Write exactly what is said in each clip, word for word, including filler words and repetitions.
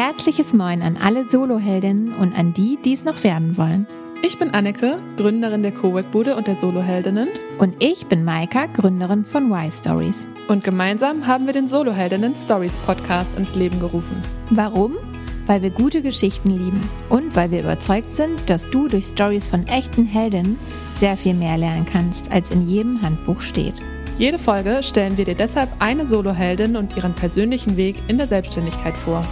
herzliches Moin an alle Soloheldinnen und an die, die es noch werden wollen. Ich bin Anneke, Gründerin der Cowork-Bude und der Soloheldinnen. Und ich bin Maika, Gründerin von Y-Stories. Und gemeinsam haben wir den Soloheldinnen Stories Podcast ins Leben gerufen. Warum? Weil wir gute Geschichten lieben und weil wir überzeugt sind, dass du durch Stories von echten Heldinnen sehr viel mehr lernen kannst, als in jedem Handbuch steht. Jede Folge stellen wir dir deshalb eine Soloheldin und ihren persönlichen Weg in der Selbstständigkeit vor.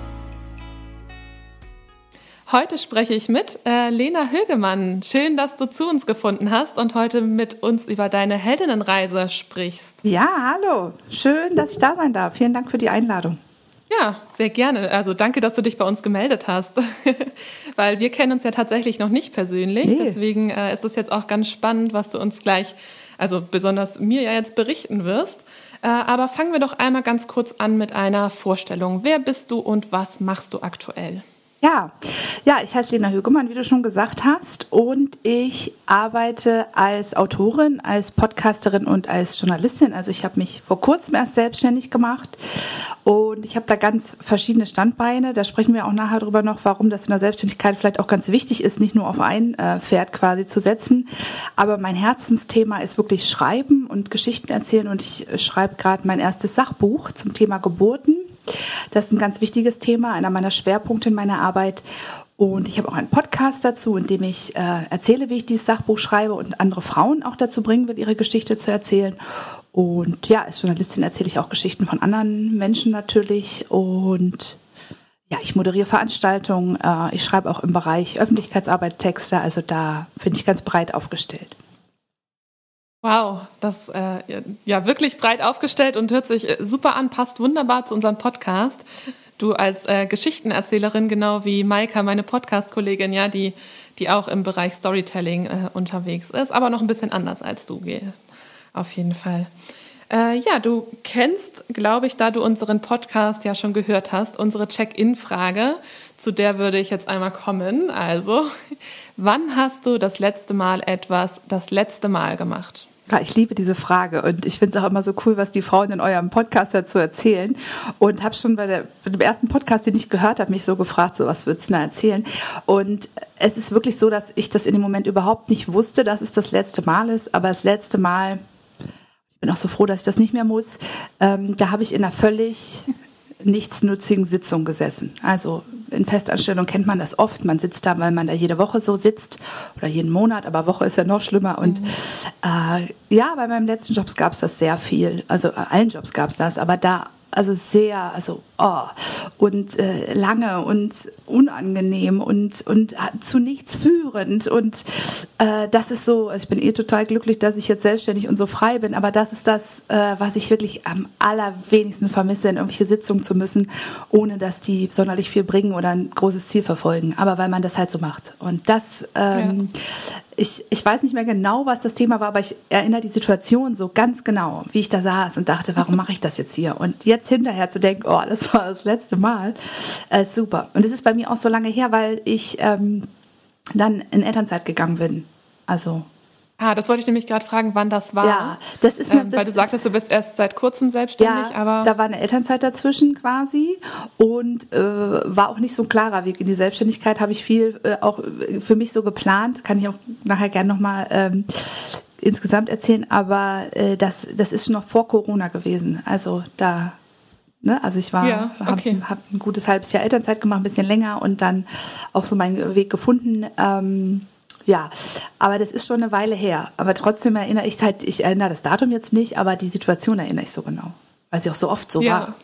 Heute spreche ich mit äh, Lena Högemann. Schön, dass du zu uns gefunden hast und heute mit uns über deine Heldinnenreise sprichst. Ja, hallo. Schön, dass ich da sein darf. Vielen Dank für die Einladung. Ja, sehr gerne. Also danke, dass du dich bei uns gemeldet hast, weil wir kennen uns ja tatsächlich noch nicht persönlich. Nee. Deswegen äh, ist es jetzt auch ganz spannend, was du uns gleich, also besonders mir ja jetzt berichten wirst. Äh, aber fangen wir doch einmal ganz kurz an mit einer Vorstellung. Wer bist du und was machst du aktuell? Ja, ja, ich heiße Lena Högemann, wie du schon gesagt hast, und ich arbeite als Autorin, als Podcasterin und als Journalistin. Also ich habe mich vor kurzem erst selbstständig gemacht und ich habe da ganz verschiedene Standbeine. Da sprechen wir auch nachher drüber noch, warum das in der Selbstständigkeit vielleicht auch ganz wichtig ist, nicht nur auf ein äh, Pferd quasi zu setzen. Aber mein Herzensthema ist wirklich Schreiben und Geschichten erzählen und ich schreibe gerade mein erstes Sachbuch zum Thema Geburten. Das ist ein ganz wichtiges Thema, einer meiner Schwerpunkte in meiner Arbeit. Und ich habe auch einen Podcast dazu, in dem ich äh, erzähle, wie ich dieses Sachbuch schreibe und andere Frauen auch dazu bringen will, ihre Geschichte zu erzählen. Und ja, als Journalistin erzähle ich auch Geschichten von anderen Menschen natürlich. Und ja, ich moderiere Veranstaltungen. Äh, ich schreibe auch im Bereich Öffentlichkeitsarbeit Texte. Also da bin ich ganz breit aufgestellt. Wow, das äh, ja wirklich breit aufgestellt und hört sich super an, passt wunderbar zu unserem Podcast. Du als äh, Geschichtenerzählerin, genau wie Maika, meine Podcast-Kollegin, ja, die, die auch im Bereich Storytelling äh, unterwegs ist, aber noch ein bisschen anders als du, auf jeden Fall. Äh, ja, du kennst, glaube ich, da du unseren Podcast ja schon gehört hast, unsere Check-in-Frage, zu der würde ich jetzt einmal kommen. Also, wann hast du das letzte Mal etwas das letzte Mal gemacht? Ja, ich liebe diese Frage und ich finde es auch immer so cool, was die Frauen in eurem Podcast dazu erzählen und habe schon bei, der, bei dem ersten Podcast, den ich gehört habe, mich so gefragt, so was würdest du da erzählen? Und es ist wirklich so, dass ich das in dem Moment überhaupt nicht wusste, dass es das letzte Mal ist, aber das letzte Mal, ich bin auch so froh, dass ich das nicht mehr muss, ähm, da habe ich in einer völlig nichtsnutzigen Sitzung gesessen. Also in Festanstellung kennt man das oft. Man sitzt da, weil man da jede Woche so sitzt oder jeden Monat, aber Woche ist ja noch schlimmer. Und mhm. äh, ja, bei meinem letzten Job gab es das sehr viel. Also äh, allen Jobs gab es das, aber da also sehr, also oh, und äh, lange und unangenehm und und zu nichts führend und äh, das ist so, also ich bin eh total glücklich, dass ich jetzt selbstständig und so frei bin, aber das ist das, äh, was ich wirklich am allerwenigsten vermisse, in irgendwelche Sitzungen zu müssen, ohne dass die sonderlich viel bringen oder ein großes Ziel verfolgen, aber weil man das halt so macht und das ähm, ja. Ich, ich weiß nicht mehr genau, was das Thema war, aber ich erinnere die Situation so ganz genau, wie ich da saß und dachte, warum mache ich das jetzt hier? Und jetzt hinterher zu denken, oh, das war das letzte Mal, äh, super. Und es ist bei mir auch so lange her, weil ich ähm, dann in Elternzeit gegangen bin. Also Ah, das wollte ich nämlich gerade fragen, wann das war. Ja, das ist eine, ähm, das weil du sagtest, du bist erst seit kurzem selbstständig, ja, aber da war eine Elternzeit dazwischen quasi und äh, war auch nicht so ein klarer Weg in die Selbstständigkeit. Habe ich viel äh, auch für mich so geplant, kann ich auch nachher gerne nochmal ähm, insgesamt erzählen. Aber äh, das, das ist noch vor Corona gewesen. Also da. Ne, also ich war, ja, okay. habe hab ein gutes halbes Jahr Elternzeit gemacht, ein bisschen länger und dann auch so meinen Weg gefunden. Ähm, Ja, aber das ist schon eine Weile her. Aber trotzdem erinnere ich halt, ich erinnere das Datum jetzt nicht, aber die Situation erinnere ich so genau, weil sie auch so oft so ja. war.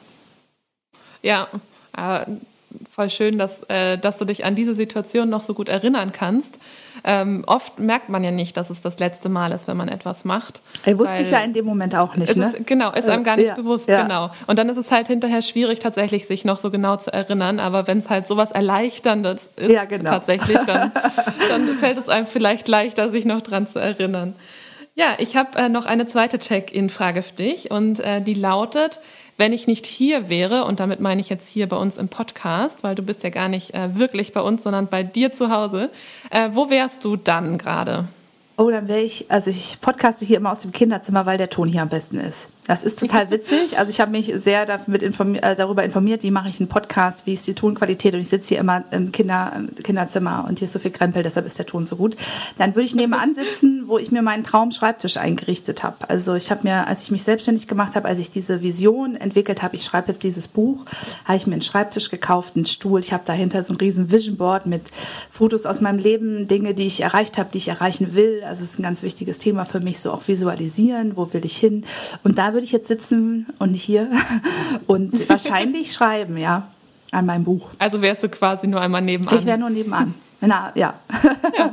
Ja, äh, voll schön, dass, äh, dass du dich an diese Situation noch so gut erinnern kannst. Ähm, oft merkt man ja nicht, dass es das letzte Mal ist, wenn man etwas macht. Ey, wusste ich ja in dem Moment auch nicht. Ne? Ist, genau, ist einem gar nicht ja, bewusst. Ja. Genau. Und dann ist es halt hinterher schwierig, tatsächlich sich noch so genau zu erinnern. Aber wenn es halt sowas Erleichterndes ist, ja, genau. tatsächlich, dann, dann fällt es einem vielleicht leichter, sich noch dran zu erinnern. Ja, ich habe äh, noch eine zweite Check-in-Frage für dich und äh, die lautet: Wenn ich nicht hier wäre, und damit meine ich jetzt hier bei uns im Podcast, weil du bist ja gar nicht äh, wirklich bei uns, sondern bei dir zu Hause, äh, wo wärst du dann gerade? Oh, dann wäre ich, also ich podcaste hier immer aus dem Kinderzimmer, weil der Ton hier am besten ist. Das ist total witzig. Also ich habe mich sehr damit informi- äh, darüber informiert, wie mache ich einen Podcast, wie ist die Tonqualität, und ich sitze hier immer im, Kinder, im Kinderzimmer und hier ist so viel Krempel, deshalb ist der Ton so gut. Dann würde ich nebenan sitzen, wo ich mir meinen Traumschreibtisch eingerichtet habe. Also ich habe mir, als ich mich selbstständig gemacht habe, als ich diese Vision entwickelt habe, ich schreibe jetzt dieses Buch, habe ich mir einen Schreibtisch gekauft, einen Stuhl. Ich habe dahinter so ein riesen Vision Board mit Fotos aus meinem Leben, Dinge, die ich erreicht habe, die ich erreichen will. Also es ist ein ganz wichtiges Thema für mich, so auch visualisieren, wo will ich hin. Und da würde ich jetzt sitzen und nicht hier und wahrscheinlich schreiben, ja, an meinem Buch. Also wärst du quasi nur einmal nebenan? Ich wäre nur nebenan. Na, ja. Ja.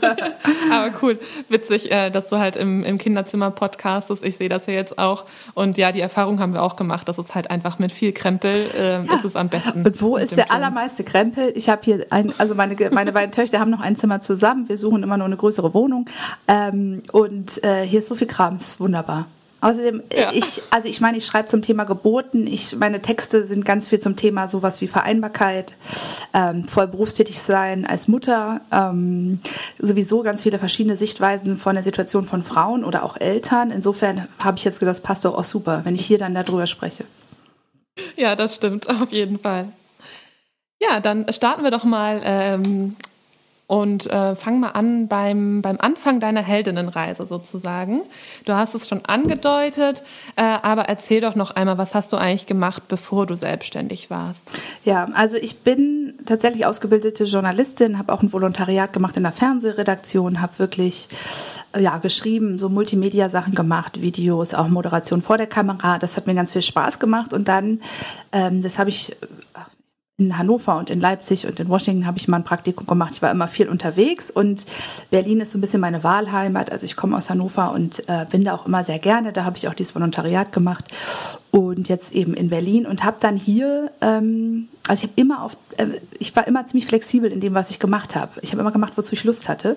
Aber cool, witzig, dass du halt im, im Kinderzimmer podcastest. Ich sehe das ja jetzt auch. Und ja, die Erfahrung haben wir auch gemacht, dass es halt einfach mit viel Krempel äh, ja. ist es am besten. Und wo ist der Ton. allermeiste Krempel? Ich habe hier, ein, also meine, meine beiden Töchter haben noch ein Zimmer zusammen. Wir suchen immer nur eine größere Wohnung. Ähm, und äh, hier ist so viel Kram, das ist wunderbar. Außerdem, ja. ich, also ich meine, ich schreibe zum Thema Geburten. Ich, meine Texte sind ganz viel zum Thema sowas wie Vereinbarkeit, ähm, voll berufstätig sein als Mutter, ähm, sowieso ganz viele verschiedene Sichtweisen von der Situation von Frauen oder auch Eltern. Insofern habe ich jetzt gedacht, das passt doch auch super, wenn ich hier dann darüber spreche. Ja, das stimmt, auf jeden Fall. Ja, dann starten wir doch mal ähm Und äh, fang mal an beim, beim Anfang deiner Heldinnenreise sozusagen. Du hast es schon angedeutet, äh, aber erzähl doch noch einmal, was hast du eigentlich gemacht, bevor du selbstständig warst? Ja, also ich bin tatsächlich ausgebildete Journalistin, habe auch ein Volontariat gemacht in der Fernsehredaktion, habe wirklich ja, geschrieben, so Multimedia-Sachen gemacht, Videos, auch Moderation vor der Kamera. Das hat mir ganz viel Spaß gemacht. Und dann, ähm, das habe ich... in Hannover und in Leipzig und in Washington habe ich mal ein Praktikum gemacht. Ich war immer viel unterwegs und Berlin ist so ein bisschen meine Wahlheimat. Also ich komme aus Hannover und äh, bin da auch immer sehr gerne. Da habe ich auch dieses Volontariat gemacht und jetzt eben in Berlin und habe dann hier, ähm, also ich habe immer auf, äh, ich war immer ziemlich flexibel in dem, was ich gemacht habe. Ich habe immer gemacht, wozu ich Lust hatte.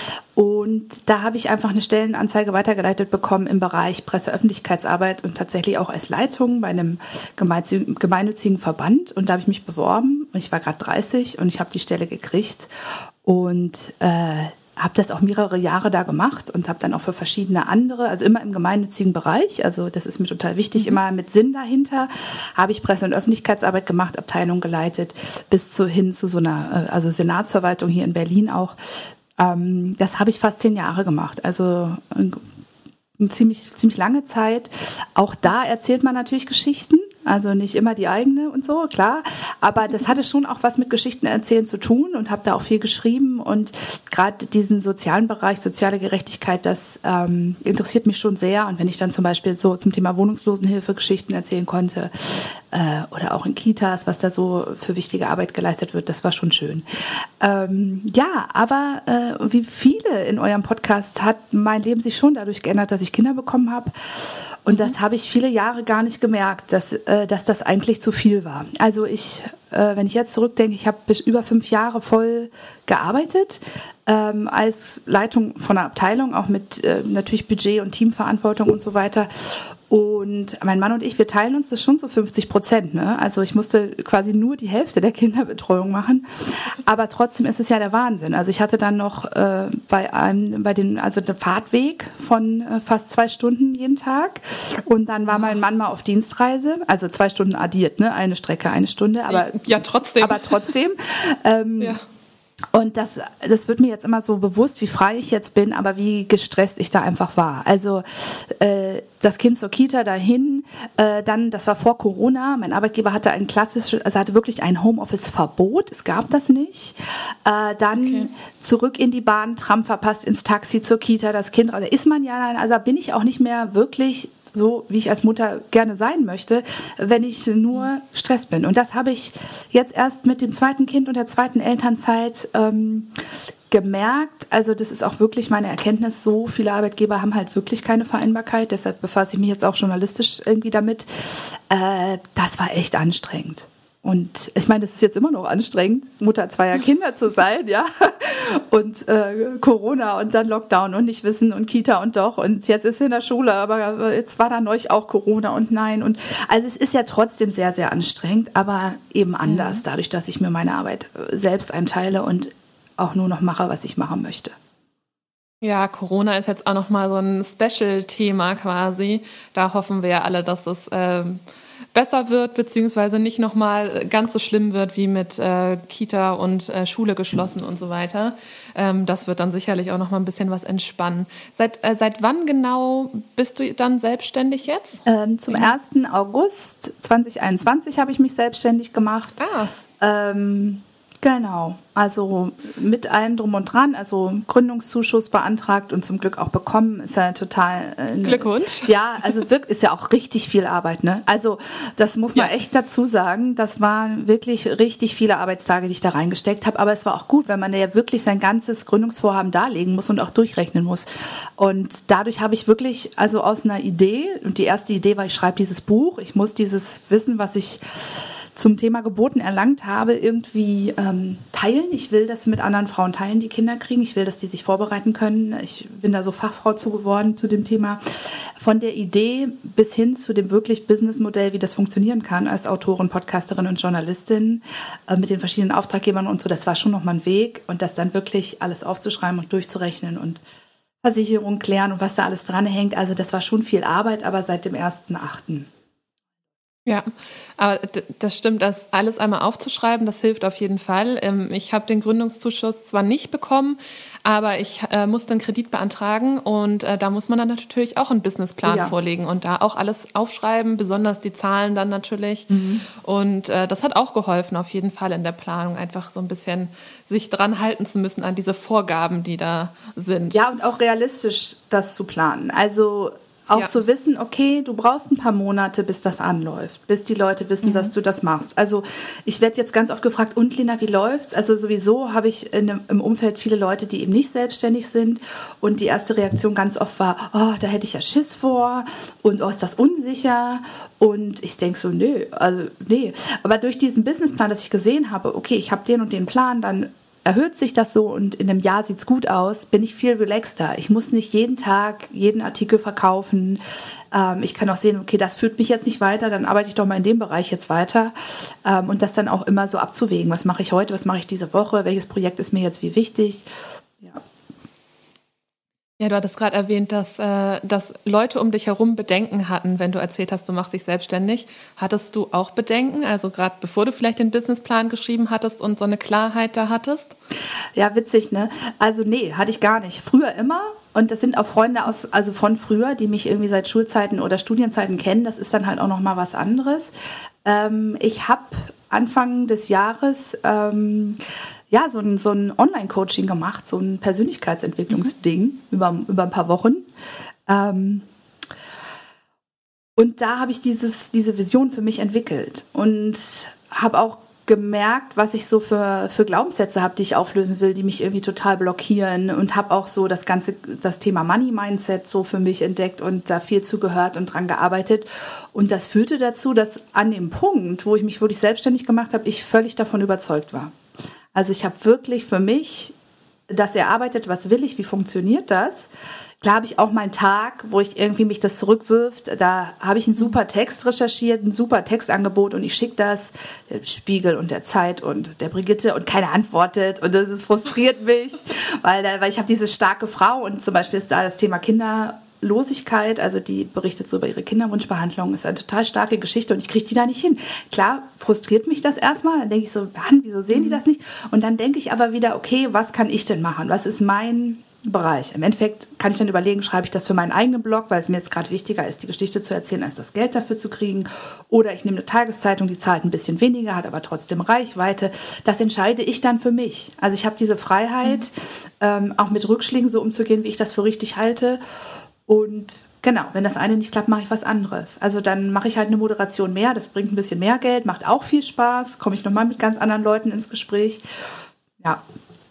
Und da habe ich einfach eine Stellenanzeige weitergeleitet bekommen im Bereich Presseöffentlichkeitsarbeit und tatsächlich auch als Leitung bei einem gemeinnützigen Verband. Und da habe ich mich beworben und ich war gerade dreißig und ich habe die Stelle gekriegt und äh, habe das auch mehrere Jahre da gemacht und habe dann auch für verschiedene andere, also immer im gemeinnützigen Bereich, also das ist mir total wichtig, mhm. immer mit Sinn dahinter, habe ich Presse- und Öffentlichkeitsarbeit gemacht, Abteilung geleitet, bis zu, hin zu so einer, also Senatsverwaltung hier in Berlin auch. Ähm, das habe ich fast zehn Jahre gemacht, also eine ziemlich, ziemlich lange Zeit. Auch da erzählt man natürlich Geschichten. Also nicht immer die eigene und so, klar. Aber das hatte schon auch was mit Geschichten erzählen zu tun und habe da auch viel geschrieben. Und gerade diesen sozialen Bereich, soziale Gerechtigkeit, das ähm, interessiert mich schon sehr. Und wenn ich dann zum Beispiel so zum Thema Wohnungslosenhilfe Geschichten erzählen konnte äh, oder auch in Kitas, was da so für wichtige Arbeit geleistet wird, das war schon schön. Ähm, ja, aber äh, wie viele in eurem Podcast hat mein Leben sich schon dadurch geändert, dass ich Kinder bekommen habe. Und das habe ich viele Jahre gar nicht gemerkt, dass dass das eigentlich zu viel war. Also ich, äh, wenn ich jetzt zurückdenke, ich habe bis über fünf Jahre voll gearbeitet ähm, als Leitung von einer Abteilung, auch mit äh, natürlich Budget und Teamverantwortung und so weiter. Und mein Mann und ich, wir teilen uns das schon so fünfzig Prozent. Ne? Also ich musste quasi nur die Hälfte der Kinderbetreuung machen. Aber trotzdem ist es ja der Wahnsinn. Also ich hatte dann noch äh, bei einem, bei den, also der Fahrtweg von äh, fast zwei Stunden jeden Tag. Und dann war mein Mann mal auf Dienstreise. Also zwei Stunden addiert, ne? Eine Strecke, eine Stunde. Aber ja, trotzdem. Aber trotzdem. Ähm, ja. Und das, das wird mir jetzt immer so bewusst, wie frei ich jetzt bin, aber wie gestresst ich da einfach war. Also äh, das Kind zur Kita dahin, äh, dann, das war vor Corona, mein Arbeitgeber hatte ein klassisches, also hatte wirklich ein Homeoffice-Verbot, es gab das nicht. Äh, dann okay. Zurück in die Bahn, Tram verpasst, ins Taxi zur Kita, das Kind, also ist man ja, also da bin ich auch nicht mehr wirklich so, wie ich als Mutter gerne sein möchte, wenn ich nur Stress bin. Und das habe ich jetzt erst mit dem zweiten Kind und der zweiten Elternzeit ähm, gemerkt. Also das ist auch wirklich meine Erkenntnis. So viele Arbeitgeber haben halt wirklich keine Vereinbarkeit. Deshalb befasse ich mich jetzt auch journalistisch irgendwie damit. Äh, das war echt anstrengend. Und ich meine, das ist jetzt immer noch anstrengend, Mutter zweier Kinder zu sein, ja. Und äh, Corona und dann Lockdown und nicht wissen und Kita und doch. Und jetzt ist sie in der Schule, aber jetzt war da neulich auch Corona und nein. Und also es ist ja trotzdem sehr, sehr anstrengend, aber eben anders, mhm. dadurch, dass ich mir meine Arbeit selbst einteile und auch nur noch mache, was ich machen möchte. Ja, Corona ist jetzt auch nochmal so ein Special-Thema quasi. Da hoffen wir ja alle, dass das ähm, besser wird, beziehungsweise nicht nochmal ganz so schlimm wird wie mit äh, Kita und äh, Schule geschlossen und so weiter. Ähm, das wird dann sicherlich auch nochmal ein bisschen was entspannen. Seit, äh, seit wann genau bist du dann selbstständig jetzt? Ähm, zum ersten August zweitausendeinundzwanzig habe ich mich selbstständig gemacht. Ah. Ähm, Genau, also mit allem drum und dran, also Gründungszuschuss beantragt und zum Glück auch bekommen, ist ja total... Äh, Glückwunsch. Ja, also wirklich ist ja auch richtig viel Arbeit, ne? Also das muss man ja. echt dazu sagen, das waren wirklich richtig viele Arbeitstage, die ich da reingesteckt habe, aber es war auch gut, weil man ja wirklich sein ganzes Gründungsvorhaben darlegen muss und auch durchrechnen muss. Und dadurch habe ich wirklich, also aus einer Idee, und die erste Idee war, ich schreibe dieses Buch, ich muss dieses Wissen, was ich zum Thema Geburten erlangt habe, irgendwie ähm, teilen. Ich will das mit anderen Frauen teilen, die Kinder kriegen. Ich will, dass die sich vorbereiten können. Ich bin da so Fachfrau zu geworden zu dem Thema. Von der Idee bis hin zu dem wirklich Businessmodell, wie das funktionieren kann als Autorin, Podcasterin und Journalistin äh, mit den verschiedenen Auftraggebern und so. Das war schon nochmal ein Weg. Und das dann wirklich alles aufzuschreiben und durchzurechnen und Versicherung klären und was da alles dran hängt. Also das war schon viel Arbeit, aber seit dem ersten achten Ja, aber d- das stimmt, das alles einmal aufzuschreiben, das hilft auf jeden Fall. Ähm, ich habe den Gründungszuschuss zwar nicht bekommen, aber ich äh, musste einen Kredit beantragen und äh, da muss man dann natürlich auch einen Businessplan ja. vorlegen und da auch alles aufschreiben, besonders die Zahlen dann natürlich. Mhm. Und äh, das hat auch geholfen, auf jeden Fall in der Planung, einfach so ein bisschen sich dran halten zu müssen an diese Vorgaben, die da sind. Ja, und auch realistisch das zu planen. Also Auch ja. zu wissen, okay, du brauchst ein paar Monate, bis das anläuft, bis die Leute wissen, mhm. dass du das machst. Also ich werde jetzt ganz oft gefragt, und Lena, wie läuft's? Also sowieso habe ich in, im Umfeld viele Leute, die eben nicht selbstständig sind und die erste Reaktion ganz oft war, oh, da hätte ich ja Schiss vor und oh, ist das unsicher? Und ich denke so, nö, also nee. Aber durch diesen Businessplan, dass ich gesehen habe, okay, ich habe den und den Plan, dann erhöht sich das so und in einem Jahr sieht's gut aus, bin ich viel relaxter. Ich muss nicht jeden Tag jeden Artikel verkaufen. Ähm, ich kann auch sehen, okay, das führt mich jetzt nicht weiter, dann arbeite ich doch mal in dem Bereich jetzt weiter. Ähm, und das dann auch immer so abzuwägen. Was mache ich heute, was mache ich diese Woche, welches Projekt ist mir jetzt wie wichtig? Ja. Ja, du hattest gerade erwähnt, dass, äh, dass Leute um dich herum Bedenken hatten, wenn du erzählt hast, du machst dich selbstständig. Hattest du auch Bedenken, also gerade bevor du vielleicht den Businessplan geschrieben hattest und so eine Klarheit da hattest? Ja, witzig, ne? Also nee, hatte ich gar nicht. Früher immer. Und das sind auch Freunde aus, also von früher, die mich irgendwie seit Schulzeiten oder Studienzeiten kennen. Das ist dann halt auch noch mal was anderes. Ähm, ich habe Anfang des Jahres ähm, ja, so ein, so ein Online-Coaching gemacht, so ein Persönlichkeitsentwicklungsding mhm. über, über ein paar Wochen. Ähm, und da habe ich dieses, diese Vision für mich entwickelt und habe auch gemerkt, was ich so für, für Glaubenssätze habe, die ich auflösen will, die mich irgendwie total blockieren, und habe auch so das ganze, das Thema Money-Mindset so für mich entdeckt und da viel zugehört und dran gearbeitet. Und das führte dazu, dass an dem Punkt, wo ich mich wirklich selbstständig gemacht habe, ich völlig davon überzeugt war. Also ich habe wirklich für mich das erarbeitet, was will ich, wie funktioniert das. Klar habe ich auch mal einen Tag, wo ich irgendwie mich das zurückwirft. Da habe ich einen super Text recherchiert, ein super Textangebot und ich schicke das dem Spiegel und der Zeit und der Brigitte und keiner antwortet und das ist, frustriert mich, weil, weil ich habe diese starke Frau und zum Beispiel ist da das Thema Kinderlosigkeit, also die berichtet so über ihre Kinderwunschbehandlung, ist eine total starke Geschichte und ich kriege die da nicht hin. Klar, frustriert mich das erstmal, dann denke ich so, Mann, wieso sehen die das nicht? Und dann denke ich aber wieder, okay, was kann ich denn machen? Was ist mein Bereich? Im Endeffekt kann ich dann überlegen, schreibe ich das für meinen eigenen Blog, weil es mir jetzt gerade wichtiger ist, die Geschichte zu erzählen, als das Geld dafür zu kriegen. Oder ich nehme eine Tageszeitung, die zahlt ein bisschen weniger, hat aber trotzdem Reichweite. Das entscheide ich dann für mich. Also ich habe diese Freiheit, mhm. ähm, auch mit Rückschlägen so umzugehen, wie ich das für richtig halte. Und genau, wenn das eine nicht klappt, mache ich was anderes. Also dann mache ich halt eine Moderation mehr, das bringt ein bisschen mehr Geld, macht auch viel Spaß, komme ich nochmal mit ganz anderen Leuten ins Gespräch. Ja.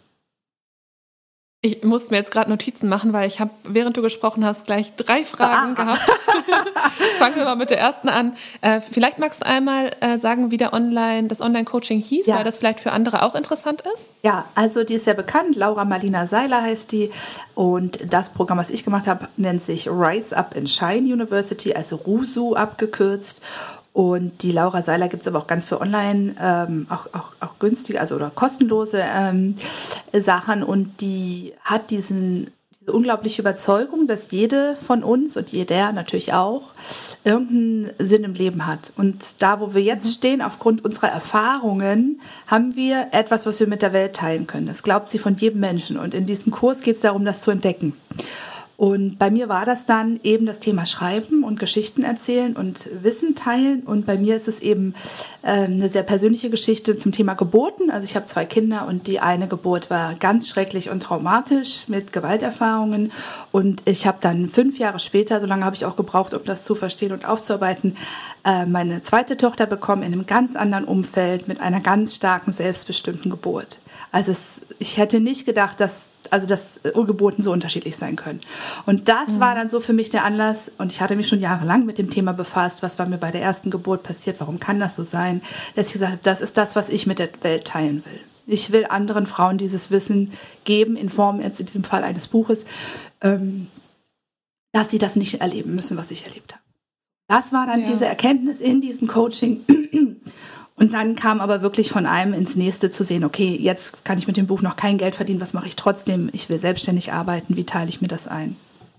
Ich musste mir jetzt gerade Notizen machen, weil ich habe, während du gesprochen hast, gleich drei Fragen ah. gehabt. Fangen wir mal mit der ersten an. Äh, vielleicht magst du einmal äh, sagen, wie der Online, das Online-Coaching hieß, ja. weil das vielleicht für andere auch interessant ist. Ja, also die ist sehr bekannt. Laura Marlina Seiler heißt die. Und das Programm, was ich gemacht habe, nennt sich Rise Up and Shine University, also RUSU abgekürzt. Und die Laura Seiler gibt es aber auch ganz für online, ähm, auch, auch, auch günstige, also oder kostenlose ähm, Sachen. Und die hat diesen, diese unglaubliche Überzeugung, dass jede von uns und jeder natürlich auch irgendeinen Sinn im Leben hat. Und da, wo wir jetzt stehen, aufgrund unserer Erfahrungen, haben wir etwas, was wir mit der Welt teilen können. Das glaubt sie von jedem Menschen. Und in diesem Kurs geht es darum, das zu entdecken. Und bei mir war das dann eben das Thema Schreiben und Geschichten erzählen und Wissen teilen. Und bei mir ist es eben äh, eine sehr persönliche Geschichte zum Thema Geburten. Also ich habe zwei Kinder und die eine Geburt war ganz schrecklich und traumatisch mit Gewalterfahrungen. Und ich habe dann fünf Jahre später, so lange habe ich auch gebraucht, um das zu verstehen und aufzuarbeiten, äh, meine zweite Tochter bekommen in einem ganz anderen Umfeld mit einer ganz starken, selbstbestimmten Geburt. Also es, ich hätte nicht gedacht, dass, also dass Geburten so unterschiedlich sein können. Und das mhm. war dann so für mich der Anlass. Und ich hatte mich schon jahrelang mit dem Thema befasst. Was war mir bei der ersten Geburt passiert? Warum kann das so sein? Dass ich gesagt habe, das ist das, was ich mit der Welt teilen will. Ich will anderen Frauen dieses Wissen geben, in Form jetzt in diesem Fall eines Buches, ähm, dass sie das nicht erleben müssen, was ich erlebt habe. Das war dann ja. diese Erkenntnis in diesem Coaching. Und dann kam aber wirklich von einem ins nächste zu sehen, okay, jetzt kann ich mit dem Buch noch kein Geld verdienen, was mache ich trotzdem? Ich will selbstständig arbeiten, wie teile ich mir das ein?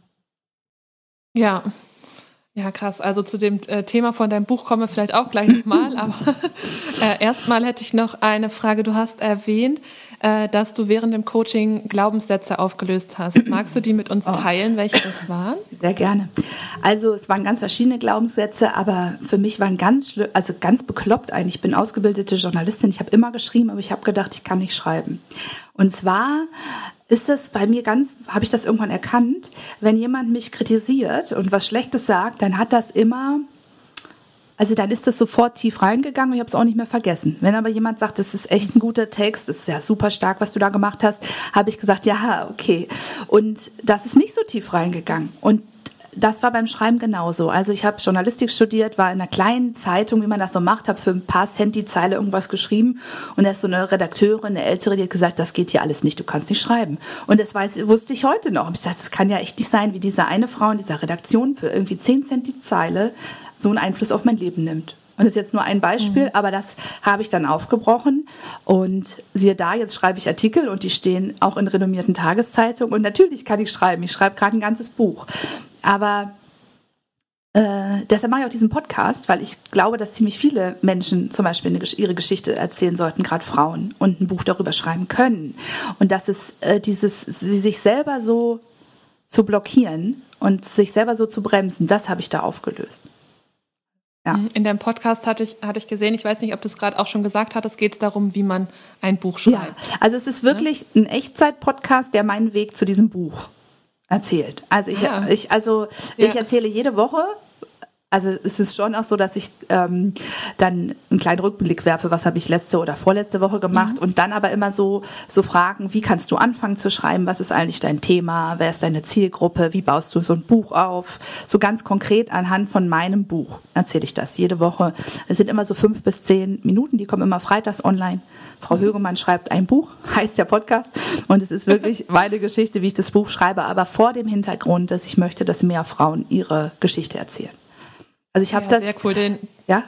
Ja, ja krass. Also zu dem äh, Thema von deinem Buch kommen wir vielleicht auch gleich nochmal, aber äh, erstmal hätte ich noch eine Frage. Du hast erwähnt, äh, dass du während dem Coaching Glaubenssätze aufgelöst hast. Magst du die mit uns teilen, oh. welche das waren? Sehr gerne. Also es waren ganz verschiedene Glaubenssätze, aber für mich waren ganz, also ganz bekloppt eigentlich. Ich bin ausgebildete Journalistin, ich habe immer geschrieben, aber ich habe gedacht, ich kann nicht schreiben. Und zwar ist es bei mir ganz, habe ich das irgendwann erkannt, wenn jemand mich kritisiert und was Schlechtes sagt, dann hat das immer, also dann ist das sofort tief reingegangen und ich habe es auch nicht mehr vergessen. Wenn aber jemand sagt, das ist echt ein guter Text, das ist ja super stark, was du da gemacht hast, habe ich gesagt, ja, okay. Und das ist nicht so tief reingegangen. Und das war beim Schreiben genauso. Also ich habe Journalistik studiert, war in einer kleinen Zeitung, wie man das so macht, habe für ein paar Cent die Zeile irgendwas geschrieben und da ist so eine Redakteurin, eine Ältere, die hat gesagt, das geht hier alles nicht, du kannst nicht schreiben. Und das weiß, wusste ich heute noch. Und ich sagte, das kann ja echt nicht sein, wie diese eine Frau in dieser Redaktion für irgendwie zehn Cent die Zeile so einen Einfluss auf mein Leben nimmt. Und das ist jetzt nur ein Beispiel, mhm. aber das habe ich dann aufgebrochen und siehe da, jetzt schreibe ich Artikel und die stehen auch in renommierten Tageszeitungen und natürlich kann ich schreiben, ich schreibe gerade ein ganzes Buch. Aber äh, deshalb mache ich auch diesen Podcast, weil ich glaube, dass ziemlich viele Menschen zum Beispiel eine, ihre Geschichte erzählen sollten, gerade Frauen, und ein Buch darüber schreiben können. Und dass es äh, dieses, sie sich selber so zu blockieren und sich selber so zu bremsen, das habe ich da aufgelöst. Ja. In deinem Podcast hatte ich, hatte ich gesehen, ich weiß nicht, ob du es gerade auch schon gesagt hattest, geht es darum, wie man ein Buch schreibt. Ja, also es ist wirklich ja? ein Echtzeit-Podcast, der meinen Weg zu diesem Buch erzählt. Also ich, ja. ich, also ja. ich erzähle jede Woche, also es ist schon auch so, dass ich ähm, dann einen kleinen Rückblick werfe, was habe ich letzte oder vorletzte Woche gemacht mhm. und dann aber immer so, so fragen, wie kannst du anfangen zu schreiben, was ist eigentlich dein Thema, wer ist deine Zielgruppe, wie baust du so ein Buch auf, so ganz konkret anhand von meinem Buch erzähle ich das jede Woche. Es sind immer so fünf bis zehn Minuten, die kommen immer freitags online. Frau Högemann schreibt ein Buch, heißt der Podcast. Und es ist wirklich meine Geschichte, wie ich das Buch schreibe, aber vor dem Hintergrund, dass ich möchte, dass mehr Frauen ihre Geschichte erzählen. Also ich habe ja, das... Sehr cool. Den, ja?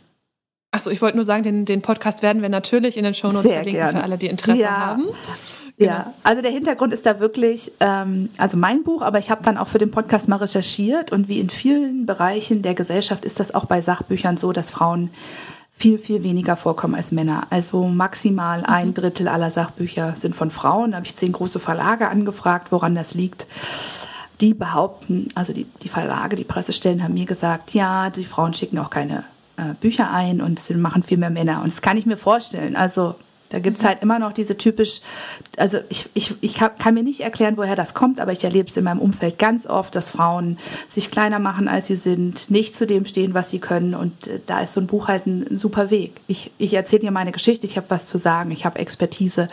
Achso, ich wollte nur sagen, den, den Podcast werden wir natürlich in den Shownotes sehr verlinken gerne. Für alle, die Interesse ja. haben. Genau. Ja, also der Hintergrund ist da wirklich, ähm, also mein Buch, aber ich habe dann auch für den Podcast mal recherchiert und wie in vielen Bereichen der Gesellschaft ist das auch bei Sachbüchern so, dass Frauen viel, viel weniger vorkommen als Männer. Also maximal ein Drittel aller Sachbücher sind von Frauen. Da habe ich zehn große Verlage angefragt, woran das liegt. Die behaupten, also die, die Verlage, die Pressestellen haben mir gesagt, ja, die Frauen schicken auch keine äh, Bücher ein und sie machen viel mehr Männer. Und das kann ich mir vorstellen. Also da gibt's halt immer noch diese typisch, also ich, ich, ich kann mir nicht erklären, woher das kommt, aber ich erlebe es in meinem Umfeld ganz oft, dass Frauen sich kleiner machen, als sie sind, nicht zu dem stehen, was sie können, und äh, da ist so ein Buch halt ein, ein super Weg. Ich, ich erzähle dir meine Geschichte, ich habe was zu sagen, ich habe Expertise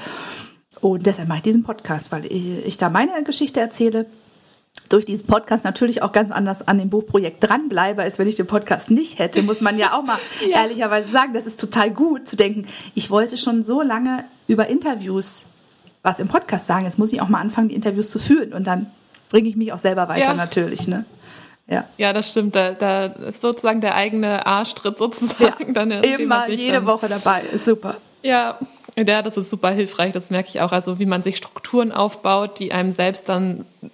und deshalb mache ich diesen Podcast, weil ich, ich da meine Geschichte erzähle. Durch diesen Podcast natürlich auch ganz anders an dem Buchprojekt dranbleibe, als wenn ich den Podcast nicht hätte, muss man ja auch mal ja. ehrlicherweise sagen, das ist total gut zu denken, ich wollte schon so lange über Interviews was im Podcast sagen, jetzt muss ich auch mal anfangen, die Interviews zu führen und dann bringe ich mich auch selber weiter ja. natürlich. Ne? Ja. ja, das stimmt, da, da ist sozusagen der eigene Arschtritt sozusagen. Ja. Dann immer, jede dann, Woche dabei, ist super. Ja, Ja, das ist super hilfreich, das merke ich auch. Also wie man sich Strukturen aufbaut, die einem selbst dann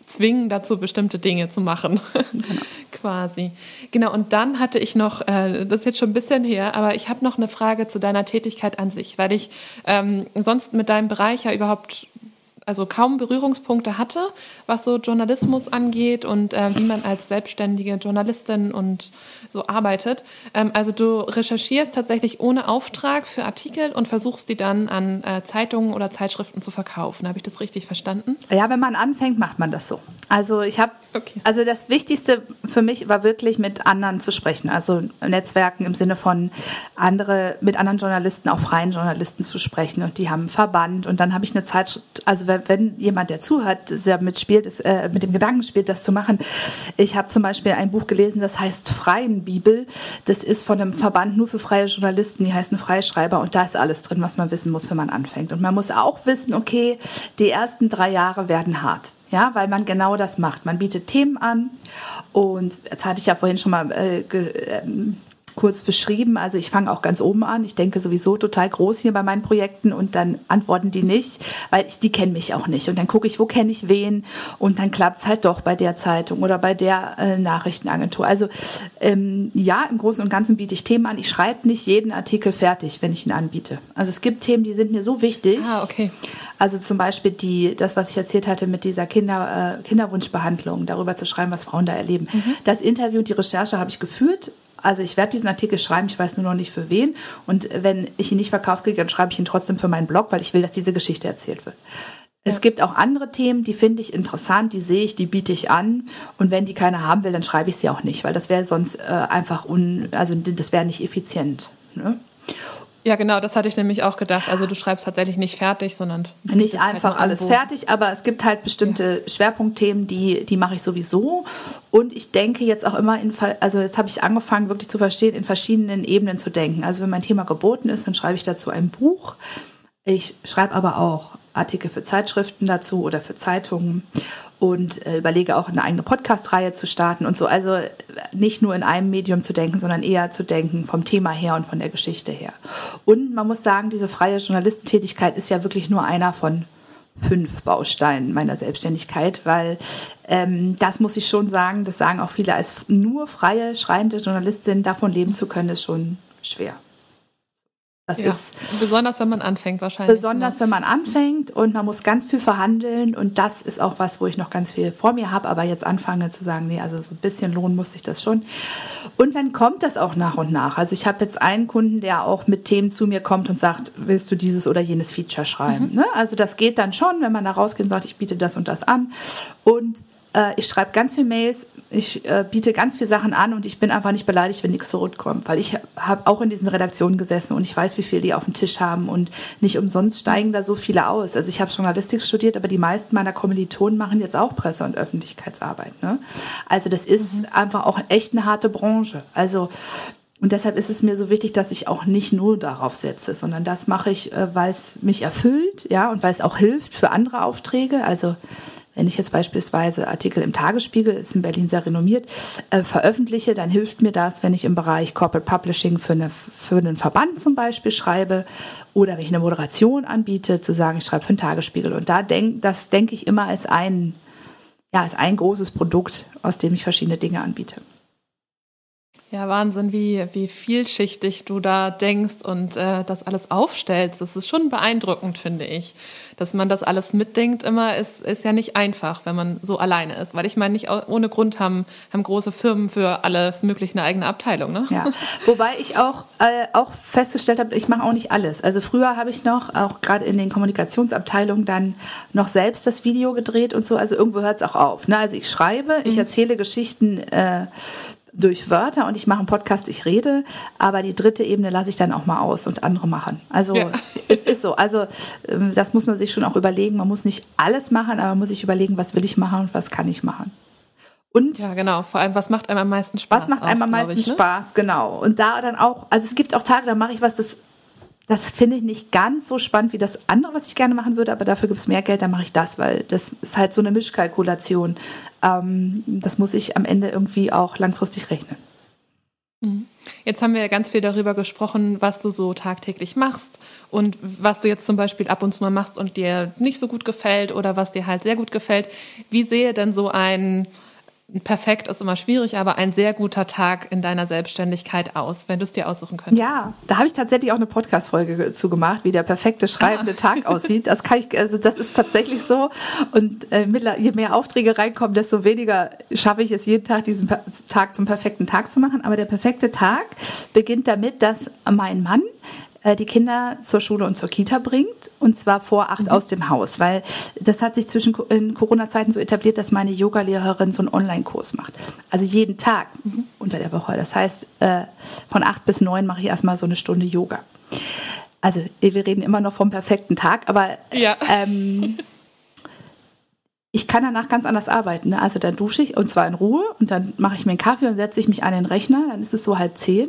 zwingen dazu, bestimmte Dinge zu machen. Genau. Quasi. Genau, und dann hatte ich noch, äh, das ist jetzt schon ein bisschen her, aber ich habe noch eine Frage zu deiner Tätigkeit an sich, weil ich ähm, sonst mit deinem Bereich ja überhaupt also kaum Berührungspunkte hatte, was so Journalismus angeht und äh, wie man als selbstständige Journalistin und so arbeitet. Ähm, also du recherchierst tatsächlich ohne Auftrag für Artikel und versuchst die dann an äh, Zeitungen oder Zeitschriften zu verkaufen. Habe ich das richtig verstanden? Ja, wenn man anfängt, macht man das so. Also ich habe, okay. also das Wichtigste für mich war wirklich mit anderen zu sprechen, also Netzwerken im Sinne von andere, mit anderen Journalisten, auch freien Journalisten zu sprechen und die haben einen Verband und dann habe ich eine Zeitschrift, also wenn, wenn jemand, der zuhört, der mitspielt, ist, äh, mit dem Gedanken spielt, das zu machen. Ich habe zum Beispiel ein Buch gelesen, das heißt Freien Bibel, das ist von einem Verband nur für freie Journalisten, die heißen Freischreiber und da ist alles drin, was man wissen muss, wenn man anfängt. Und man muss auch wissen, okay, die ersten drei Jahre werden hart. Ja, weil man genau das macht. Man bietet Themen an und jetzt hatte ich ja vorhin schon mal äh, ge, äh, kurz beschrieben, also ich fange auch ganz oben an. Ich denke sowieso total groß hier bei meinen Projekten und dann antworten die nicht, weil ich, die kennen mich auch nicht. Und dann gucke ich, wo kenne ich wen und dann klappt es halt doch bei der Zeitung oder bei der äh, Nachrichtenagentur. Also ähm, ja, im Großen und Ganzen biete ich Themen an. Ich schreibe nicht jeden Artikel fertig, wenn ich ihn anbiete. Also es gibt Themen, die sind mir so wichtig. Ah, okay. Also zum Beispiel die, das, was ich erzählt hatte mit dieser Kinder, äh, Kinderwunschbehandlung, darüber zu schreiben, was Frauen da erleben. Mhm. Das Interview, die Recherche habe ich geführt. Also ich werde diesen Artikel schreiben, ich weiß nur noch nicht für wen. Und wenn ich ihn nicht verkauft kriege, dann schreibe ich ihn trotzdem für meinen Blog, weil ich will, dass diese Geschichte erzählt wird. Ja. Es gibt auch andere Themen, die finde ich interessant, die sehe ich, die biete ich an. Und wenn die keiner haben will, dann schreibe ich sie auch nicht, weil das wäre sonst äh, einfach, un, also das wäre nicht effizient. Ne? Ja, genau, das hatte ich nämlich auch gedacht. Also du schreibst tatsächlich nicht fertig, sondern... Nicht einfach halt alles fertig, aber es gibt halt bestimmte ja. Schwerpunktthemen, die, die mache ich sowieso. Und ich denke jetzt auch immer, in, also jetzt habe ich angefangen wirklich zu verstehen, in verschiedenen Ebenen zu denken. Also wenn mein Thema geboten ist, dann schreibe ich dazu ein Buch. Ich schreibe aber auch Artikel für Zeitschriften dazu oder für Zeitungen und äh, überlege auch eine eigene Podcast-Reihe zu starten und so. Also nicht nur in einem Medium zu denken, sondern eher zu denken vom Thema her und von der Geschichte her. Und man muss sagen, diese freie Journalistentätigkeit ist ja wirklich nur einer von fünf Bausteinen meiner Selbstständigkeit, weil ähm, das muss ich schon sagen, das sagen auch viele, als nur freie, schreibende Journalistin davon leben zu können, ist schon schwer. Das ja, ist besonders, wenn man anfängt wahrscheinlich. Besonders, ne? wenn man anfängt und man muss ganz viel verhandeln und das ist auch was, wo ich noch ganz viel vor mir habe, aber jetzt anfange zu sagen, nee, also so ein bisschen lohnen muss ich das schon. Und dann kommt das auch nach und nach. Also ich habe jetzt einen Kunden, der auch mit Themen zu mir kommt und sagt, willst du dieses oder jenes Feature schreiben? Mhm. Ne? Also das geht dann schon, wenn man da rausgeht und sagt, ich biete das und das an. Und äh, ich schreibe ganz viel Mails, ich äh, biete ganz viele Sachen an und ich bin einfach nicht beleidigt, wenn nichts zurückkommt, weil ich habe auch in diesen Redaktionen gesessen und ich weiß, wie viel die auf dem Tisch haben und nicht umsonst steigen da so viele aus. Also ich habe Journalistik studiert, aber die meisten meiner Kommilitonen machen jetzt auch Presse- und Öffentlichkeitsarbeit. Ne? Also das ist mhm. einfach auch echt eine harte Branche. Also und deshalb ist es mir so wichtig, dass ich auch nicht nur darauf setze, sondern das mache ich, weil es mich erfüllt, ja, und weil es auch hilft für andere Aufträge. Also wenn ich jetzt beispielsweise Artikel im Tagesspiegel, ist in Berlin sehr renommiert, äh, veröffentliche, dann hilft mir das, wenn ich im Bereich Corporate Publishing für, eine, für einen Verband zum Beispiel schreibe oder wenn ich eine Moderation anbiete, zu sagen, ich schreibe für den Tagesspiegel. Und da denk, das denke ich immer als ein, ja, als ein großes Produkt, aus dem ich verschiedene Dinge anbiete. Ja, Wahnsinn, wie, wie vielschichtig du da denkst und äh, das alles aufstellst. Das ist schon beeindruckend, finde ich. Dass man das alles mitdenkt immer, ist, ist ja nicht einfach, wenn man so alleine ist. Weil ich meine, nicht ohne Grund haben, haben große Firmen für alles Mögliche eine eigene Abteilung. Ne? Ja, wobei ich auch, äh, auch festgestellt habe, ich mache auch nicht alles. Also früher habe ich noch, auch gerade in den Kommunikationsabteilungen, dann noch selbst das Video gedreht und so. Also irgendwo hört es auch auf. Ne? Also ich schreibe, mhm. ich erzähle Geschichten äh, durch Wörter und ich mache einen Podcast, ich rede, aber die dritte Ebene lasse ich dann auch mal aus und andere machen. Also ja. es ist so, also das muss man sich schon auch überlegen, man muss nicht alles machen, aber man muss sich überlegen, was will ich machen und was kann ich machen. Und ja, genau, vor allem, was macht einem am meisten Spaß? Was macht einem am meisten ich, ne? Spaß, genau. Und da dann auch, also es gibt auch Tage, da mache ich was, das Das finde ich nicht ganz so spannend wie das andere, was ich gerne machen würde, aber dafür gibt es mehr Geld, dann mache ich das, weil das ist halt so eine Mischkalkulation. Ähm, das muss ich am Ende irgendwie auch langfristig rechnen. Jetzt haben wir ja ganz viel darüber gesprochen, was du so tagtäglich machst und was du jetzt zum Beispiel ab und zu mal machst und dir nicht so gut gefällt oder was dir halt sehr gut gefällt. Wie sehe denn so ein, perfekt ist immer schwierig, aber ein sehr guter Tag in deiner Selbstständigkeit aus, wenn du es dir aussuchen könntest? Ja, da habe ich tatsächlich auch eine Podcast-Folge zu gemacht, wie der perfekte schreibende ah. Tag aussieht. Das kann ich, also das ist tatsächlich so. Und äh, je mehr Aufträge reinkommen, desto weniger schaffe ich es, jeden Tag diesen Tag zum perfekten Tag zu machen. Aber der perfekte Tag beginnt damit, dass mein Mann die Kinder zur Schule und zur Kita bringt, und zwar vor acht mhm. aus dem Haus, weil das hat sich zwischen in Corona-Zeiten so etabliert, dass meine Yoga-Lehrerin so einen Online-Kurs macht. Also jeden Tag mhm. unter der Woche. Das heißt, von acht bis neun mache ich erstmal so eine Stunde Yoga. Also wir reden immer noch vom perfekten Tag, aber ja. ähm, ich kann danach ganz anders arbeiten. Ne? Also dann dusche ich, und zwar in Ruhe, und dann mache ich mir einen Kaffee und setze ich mich an den Rechner, dann ist es so halb zehn,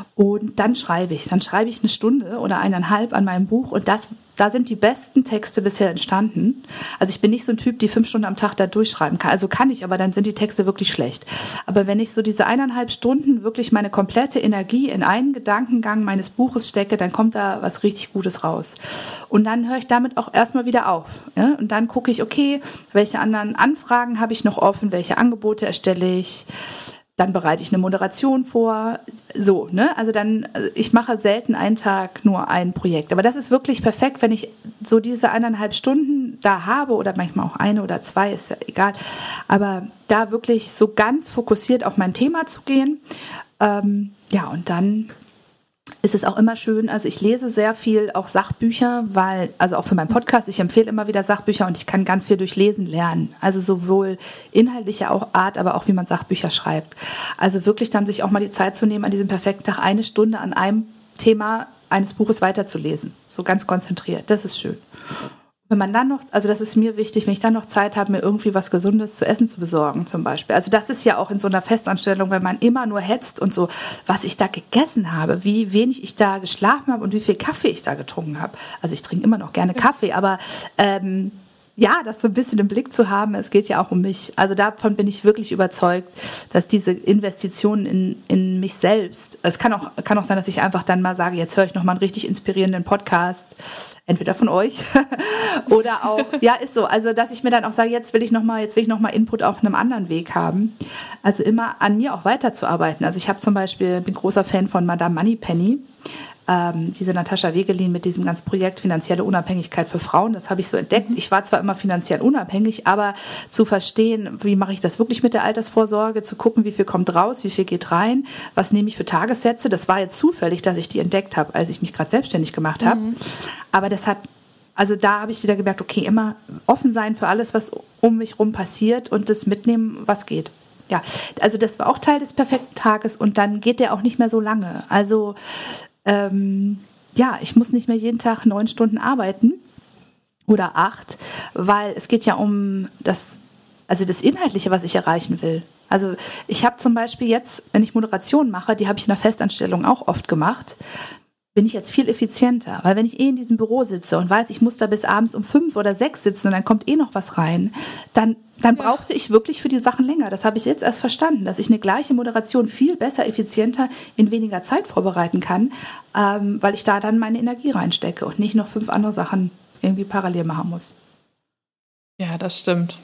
und dann schreibe ich. Dann schreibe ich eine Stunde oder eineinhalb an meinem Buch, und das, da sind die besten Texte bisher entstanden. Also ich bin nicht so ein Typ, die fünf Stunden am Tag da durchschreiben kann. Also kann ich, aber dann sind die Texte wirklich schlecht. Aber wenn ich so diese eineinhalb Stunden wirklich meine komplette Energie in einen Gedankengang meines Buches stecke, dann kommt da was richtig Gutes raus. Und dann höre ich damit auch erstmal wieder auf. Ja? Und dann gucke ich, okay, welche anderen Anfragen habe ich noch offen, welche Angebote erstelle ich, dann bereite ich eine Moderation vor, so, ne, also dann, ich mache selten einen Tag nur ein Projekt, aber das ist wirklich perfekt, wenn ich so diese eineinhalb Stunden da habe, oder manchmal auch eine oder zwei, ist ja egal, aber da wirklich so ganz fokussiert auf mein Thema zu gehen, ähm, ja, und dann ist es auch immer schön, also ich lese sehr viel auch Sachbücher, weil, also auch für meinen Podcast, ich empfehle immer wieder Sachbücher, und ich kann ganz viel durch Lesen lernen. Also sowohl inhaltliche Art, aber auch wie man Sachbücher schreibt. Also wirklich dann sich auch mal die Zeit zu nehmen, an diesem perfekten Tag eine Stunde an einem Thema eines Buches weiterzulesen. So ganz konzentriert. Das ist schön. Wenn man dann noch, also das ist mir wichtig, wenn ich dann noch Zeit habe, mir irgendwie was Gesundes zu essen zu besorgen zum Beispiel. Also das ist ja auch in so einer Festanstellung, wenn man immer nur hetzt und so, was ich da gegessen habe, wie wenig ich da geschlafen habe und wie viel Kaffee ich da getrunken habe. Also ich trinke immer noch gerne Kaffee, aber ähm, ja, das so ein bisschen im Blick zu haben, es geht ja auch um mich. Also davon bin ich wirklich überzeugt, dass diese Investitionen in, in mich selbst, es kann auch, kann auch sein, dass ich einfach dann mal sage, jetzt höre ich nochmal einen richtig inspirierenden Podcast, entweder von euch oder auch, ja, ist so, also dass ich mir dann auch sage, jetzt will ich nochmal, jetzt will ich nochmal Input auf einem anderen Weg haben. Also immer an mir auch weiterzuarbeiten. Also ich habe zum Beispiel, bin großer Fan von Madame Moneypenny, Ähm, diese Natascha Wegelin mit diesem ganzen Projekt finanzielle Unabhängigkeit für Frauen, das habe ich so entdeckt. Ich war zwar immer finanziell unabhängig, aber zu verstehen, wie mache ich das wirklich mit der Altersvorsorge, zu gucken, wie viel kommt raus, wie viel geht rein, was nehme ich für Tagessätze, das war jetzt zufällig, dass ich die entdeckt habe, als ich mich gerade selbstständig gemacht habe. Mhm. Aber das hat, also da habe ich wieder gemerkt, okay, immer offen sein für alles, was um mich rum passiert, und das mitnehmen, was geht. Ja, also das war auch Teil des perfekten Tages, und dann geht der auch nicht mehr so lange. Also Ähm, ja, ich muss nicht mehr jeden Tag neun Stunden arbeiten oder acht, weil es geht ja um das, also das Inhaltliche, was ich erreichen will. Also ich habe zum Beispiel jetzt, wenn ich Moderation mache, die habe ich in der Festanstellung auch oft gemacht, bin ich jetzt viel effizienter, weil wenn ich eh in diesem Büro sitze und weiß, ich muss da bis abends um fünf oder sechs sitzen und dann kommt eh noch was rein, dann dann ja. brauchte ich wirklich für die Sachen länger. Das habe ich jetzt erst verstanden, dass ich eine gleiche Moderation viel besser, effizienter in weniger Zeit vorbereiten kann, ähm, weil ich da dann meine Energie reinstecke und nicht noch fünf andere Sachen irgendwie parallel machen muss. Ja, das stimmt.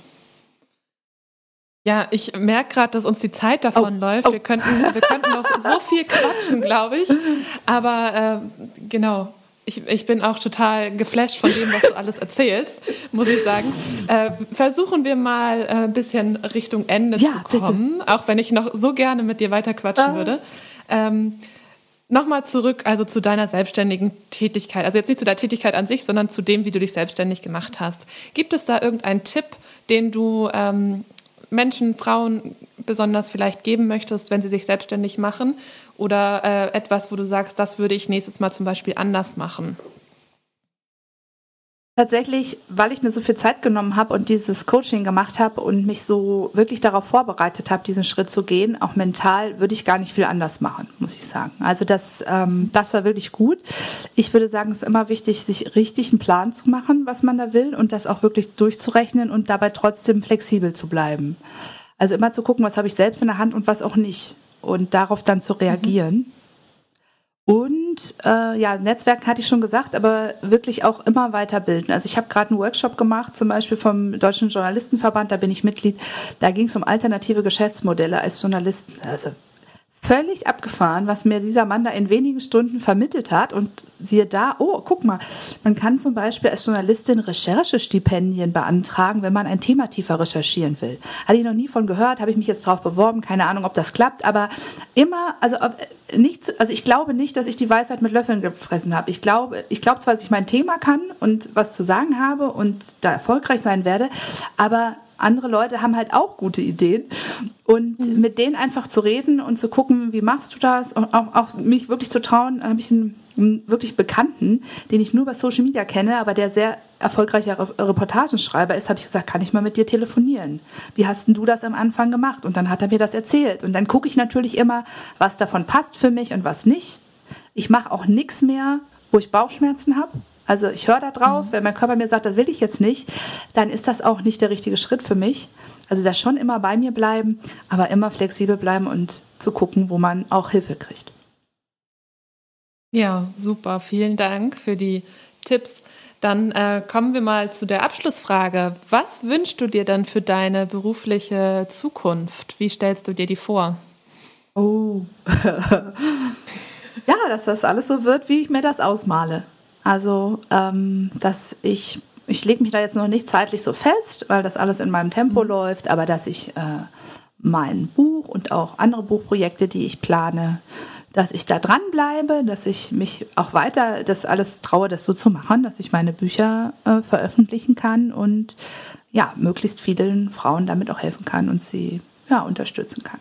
Ja, ich merke gerade, dass uns die Zeit davon oh, läuft. Oh. Wir könnten, wir könnten noch so viel quatschen, glaube ich. Aber äh, genau, ich, ich bin auch total geflasht von dem, was du alles erzählst, muss ich sagen. Äh, versuchen wir mal äh, ein bisschen Richtung Ende ja, zu kommen, bitte. Auch wenn ich noch so gerne mit dir weiter quatschen äh. würde. Ähm, Nochmal zurück, also zu deiner selbstständigen Tätigkeit. Also jetzt nicht zu der Tätigkeit an sich, sondern zu dem, wie du dich selbstständig gemacht hast. Gibt es da irgendeinen Tipp, den du ähm, Menschen, Frauen besonders vielleicht geben möchtest, wenn sie sich selbstständig machen? Oder äh, etwas, wo du sagst, das würde ich nächstes Mal zum Beispiel anders machen? Tatsächlich, weil ich mir so viel Zeit genommen habe und dieses Coaching gemacht habe und mich so wirklich darauf vorbereitet habe, diesen Schritt zu gehen, auch mental, würde ich gar nicht viel anders machen, muss ich sagen. Also das, ähm, das war wirklich gut. Ich würde sagen, es ist immer wichtig, sich richtig einen Plan zu machen, was man da will, und das auch wirklich durchzurechnen und dabei trotzdem flexibel zu bleiben. Also immer zu gucken, was habe ich selbst in der Hand und was auch nicht. und darauf dann zu reagieren. Mhm. Und äh, ja, Netzwerken hatte ich schon gesagt, aber wirklich auch immer weiterbilden. Also ich habe gerade einen Workshop gemacht, zum Beispiel vom Deutschen Journalistenverband, da bin ich Mitglied. Da ging es um alternative Geschäftsmodelle als Journalisten. Also völlig abgefahren, was mir dieser Mann da in wenigen Stunden vermittelt hat. Und siehe da, oh, guck mal, man kann zum Beispiel als Journalistin Recherchestipendien beantragen, wenn man ein Thema tiefer recherchieren will. Hatte ich noch nie von gehört, habe ich mich jetzt drauf beworben, keine Ahnung, ob das klappt, aber immer, also ob, nichts, also ich glaube nicht, dass ich die Weisheit mit Löffeln gefressen habe. Ich glaube, ich glaube zwar, dass ich mein Thema kann und was zu sagen habe und da erfolgreich sein werde, aber andere Leute haben halt auch gute Ideen und mhm. mit denen einfach zu reden und zu gucken, wie machst du das und auch, auch mich wirklich zu trauen, habe ich einen, einen wirklich Bekannten, den ich nur bei Social Media kenne, aber der sehr erfolgreicher Reportagenschreiber ist, habe ich gesagt, kann ich mal mit dir telefonieren? Wie hast denn du das am Anfang gemacht? Und dann hat er mir das erzählt und dann gucke ich natürlich immer, was davon passt für mich und was nicht. Ich mache auch nichts mehr, wo ich Bauchschmerzen habe. Also ich höre da drauf, mhm. wenn mein Körper mir sagt, das will ich jetzt nicht, dann ist das auch nicht der richtige Schritt für mich. Also da schon immer bei mir bleiben, aber immer flexibel bleiben und zu gucken, wo man auch Hilfe kriegt. Ja, super. Vielen Dank für die Tipps. Dann äh, kommen wir mal zu der Abschlussfrage. Was wünschst du dir dann für deine berufliche Zukunft? Wie stellst du dir die vor? Oh, ja, dass das alles so wird, wie ich mir das ausmale. Also, ähm, dass ich, ich lege mich da jetzt noch nicht zeitlich so fest, weil das alles in meinem Tempo mhm. läuft, aber dass ich äh, mein Buch und auch andere Buchprojekte, die ich plane, dass ich da dranbleibe, dass ich mich auch weiter das alles traue, das so zu machen, dass ich meine Bücher äh, veröffentlichen kann und ja, möglichst vielen Frauen damit auch helfen kann und sie ja, unterstützen kann.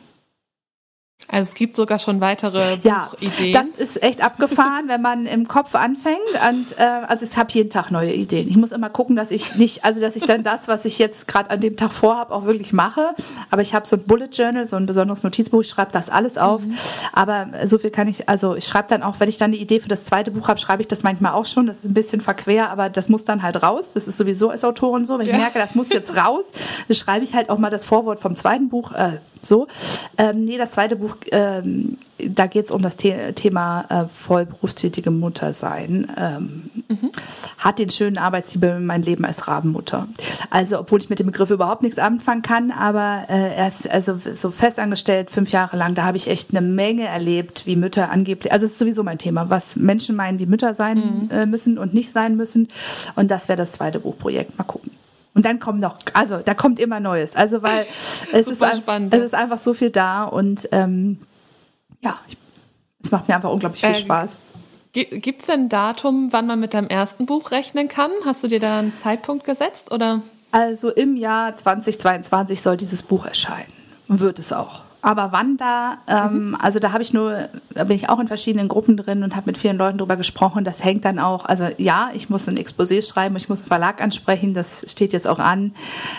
Also es gibt sogar schon weitere ja, Buchideen. Das ist echt abgefahren, wenn man im Kopf anfängt. Und äh, also ich habe jeden Tag neue Ideen. Ich muss immer gucken, dass ich nicht, also dass ich dann das, was ich jetzt gerade an dem Tag vorhabe, auch wirklich mache. Aber ich habe so ein Bullet Journal, so ein besonderes Notizbuch. Ich schreibe das alles auf. Mhm. Aber so viel kann ich. Also ich schreibe dann auch, wenn ich dann eine Idee für das zweite Buch habe, schreibe ich das manchmal auch schon. Das ist ein bisschen verquer, aber das muss dann halt raus. Das ist sowieso als Autorin so. Wenn ja. ich merke, das muss jetzt raus, dann schreibe ich halt auch mal das Vorwort vom zweiten Buch. Äh, so. Ähm, nee, das zweite Buch. Ähm, da geht es um das The- Thema äh, voll berufstätige Mutter sein. Ähm, mhm. Hat den schönen Arbeitstitel Mein Leben als Rabenmutter. Also, obwohl ich mit dem Begriff überhaupt nichts anfangen kann, aber äh, er ist also so festangestellt, fünf Jahre lang, da habe ich echt eine Menge erlebt, wie Mütter angeblich, also es ist sowieso mein Thema, was Menschen meinen, wie Mütter sein mhm. äh, müssen und nicht sein müssen. Und das wäre das zweite Buchprojekt. Mal gucken. Und dann kommt noch, also da kommt immer Neues. Also weil es, ist, ein, es ist einfach so viel da und ähm, ja, ich, es macht mir einfach unglaublich viel äh, Spaß. Gibt es denn ein Datum, wann man mit deinem ersten Buch rechnen kann? Hast du dir da einen Zeitpunkt gesetzt, oder? Also im Jahr zweitausendzweiundzwanzig soll dieses Buch erscheinen. Wird es auch. Aber wann da, ähm, mhm. also da habe ich nur, da bin ich auch in verschiedenen Gruppen drin und habe mit vielen Leuten drüber gesprochen. Das hängt dann auch, also ja, ich muss ein Exposé schreiben, ich muss einen Verlag ansprechen, das steht jetzt auch an.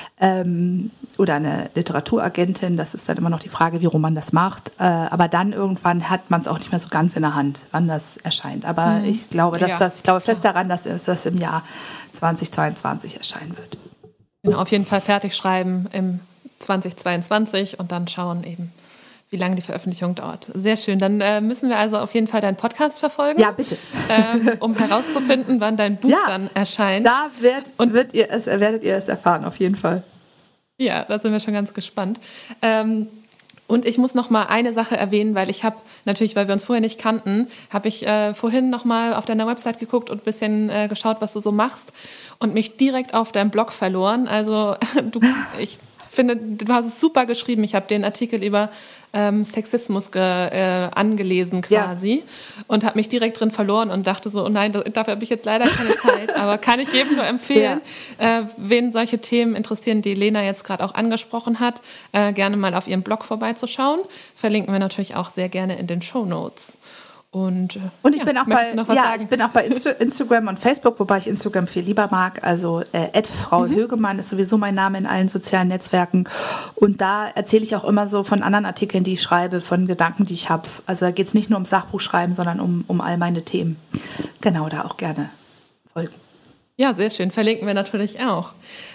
Ähm, oder eine Literaturagentin, das ist dann immer noch die Frage, wie rum man das macht. Äh, aber dann irgendwann hat man es auch nicht mehr so ganz in der Hand, wann das erscheint. Aber mhm. ich glaube, dass ja, das, ich glaube fest klar. daran, dass es das im Jahr zweitausendzweiundzwanzig erscheinen wird. Genau, auf jeden Fall fertig schreiben im zweitausendzweiundzwanzig und dann schauen eben, wie lange die Veröffentlichung dauert. Sehr schön. Dann äh, müssen wir also auf jeden Fall deinen Podcast verfolgen. Ja, bitte. Ähm, um herauszufinden, wann dein Buch ja, dann erscheint. Da wird, und wird ihr es, werdet ihr es erfahren, auf jeden Fall. Ja, da sind wir schon ganz gespannt. Ähm, und ich muss noch mal eine Sache erwähnen, weil ich habe natürlich, weil wir uns vorher nicht kannten, habe ich äh, vorhin noch mal auf deiner Website geguckt und ein bisschen äh, geschaut, was du so machst und mich direkt auf deinem Blog verloren. Also du, ich finde, du hast es super geschrieben. Ich habe den Artikel über ähm, Sexismus ge, äh, angelesen quasi ja. und habe mich direkt drin verloren und dachte so, oh nein, dafür habe ich jetzt leider keine Zeit. Aber kann ich jedem nur empfehlen, ja. äh, wen solche Themen interessieren, die Lena jetzt gerade auch angesprochen hat, äh, gerne mal auf ihrem Blog vorbeizuschauen. Verlinken wir natürlich auch sehr gerne in den Shownotes. Und, und ich, ja, bin auch bei, ja, ich bin auch bei Insta- Instagram und Facebook, wobei ich Instagram viel lieber mag. Also äh, Frau mhm. Högemann ist sowieso mein Name in allen sozialen Netzwerken. Und da erzähle ich auch immer so von anderen Artikeln, die ich schreibe, von Gedanken, die ich habe. Also da geht es nicht nur ums Sachbuchschreiben, sondern um, um all meine Themen. Genau, da auch gerne folgen. Ja, sehr schön. Verlinken wir natürlich auch.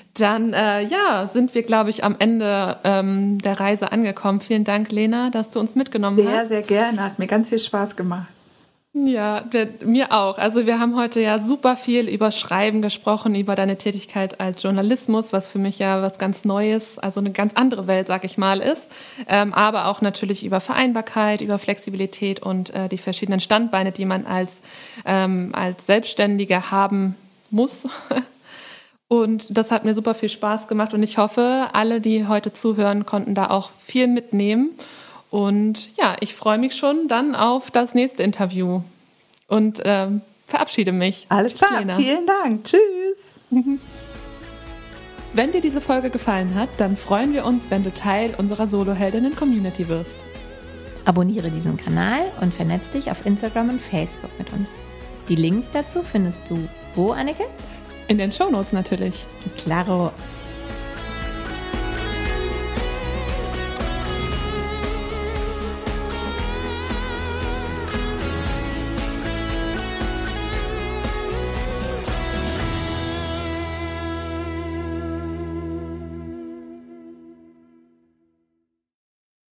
Dann äh, ja, sind wir, glaube ich, am Ende ähm, der Reise angekommen. Vielen Dank, Lena, dass du uns mitgenommen sehr, hast. Sehr, sehr gerne. Hat mir ganz viel Spaß gemacht. Ja, der, mir auch. Also wir haben heute ja super viel über Schreiben gesprochen, über deine Tätigkeit als Journalismus, was für mich ja was ganz Neues, also eine ganz andere Welt, sag ich mal, ist. Ähm, aber auch natürlich über Vereinbarkeit, über Flexibilität und äh, die verschiedenen Standbeine, die man als, ähm, als Selbstständiger haben muss. Und das hat mir super viel Spaß gemacht und ich hoffe, alle, die heute zuhören, konnten da auch viel mitnehmen. Und ja, ich freue mich schon dann auf das nächste Interview und ähm, verabschiede mich. Alles klar, Lena. Vielen Dank. Tschüss. Wenn dir diese Folge gefallen hat, dann freuen wir uns, wenn du Teil unserer Solo-Heldinnen-Community wirst. Abonniere diesen Kanal und vernetz dich auf Instagram und Facebook mit uns. Die Links dazu findest du wo, Anneke? In den Shownotes natürlich. Klaro.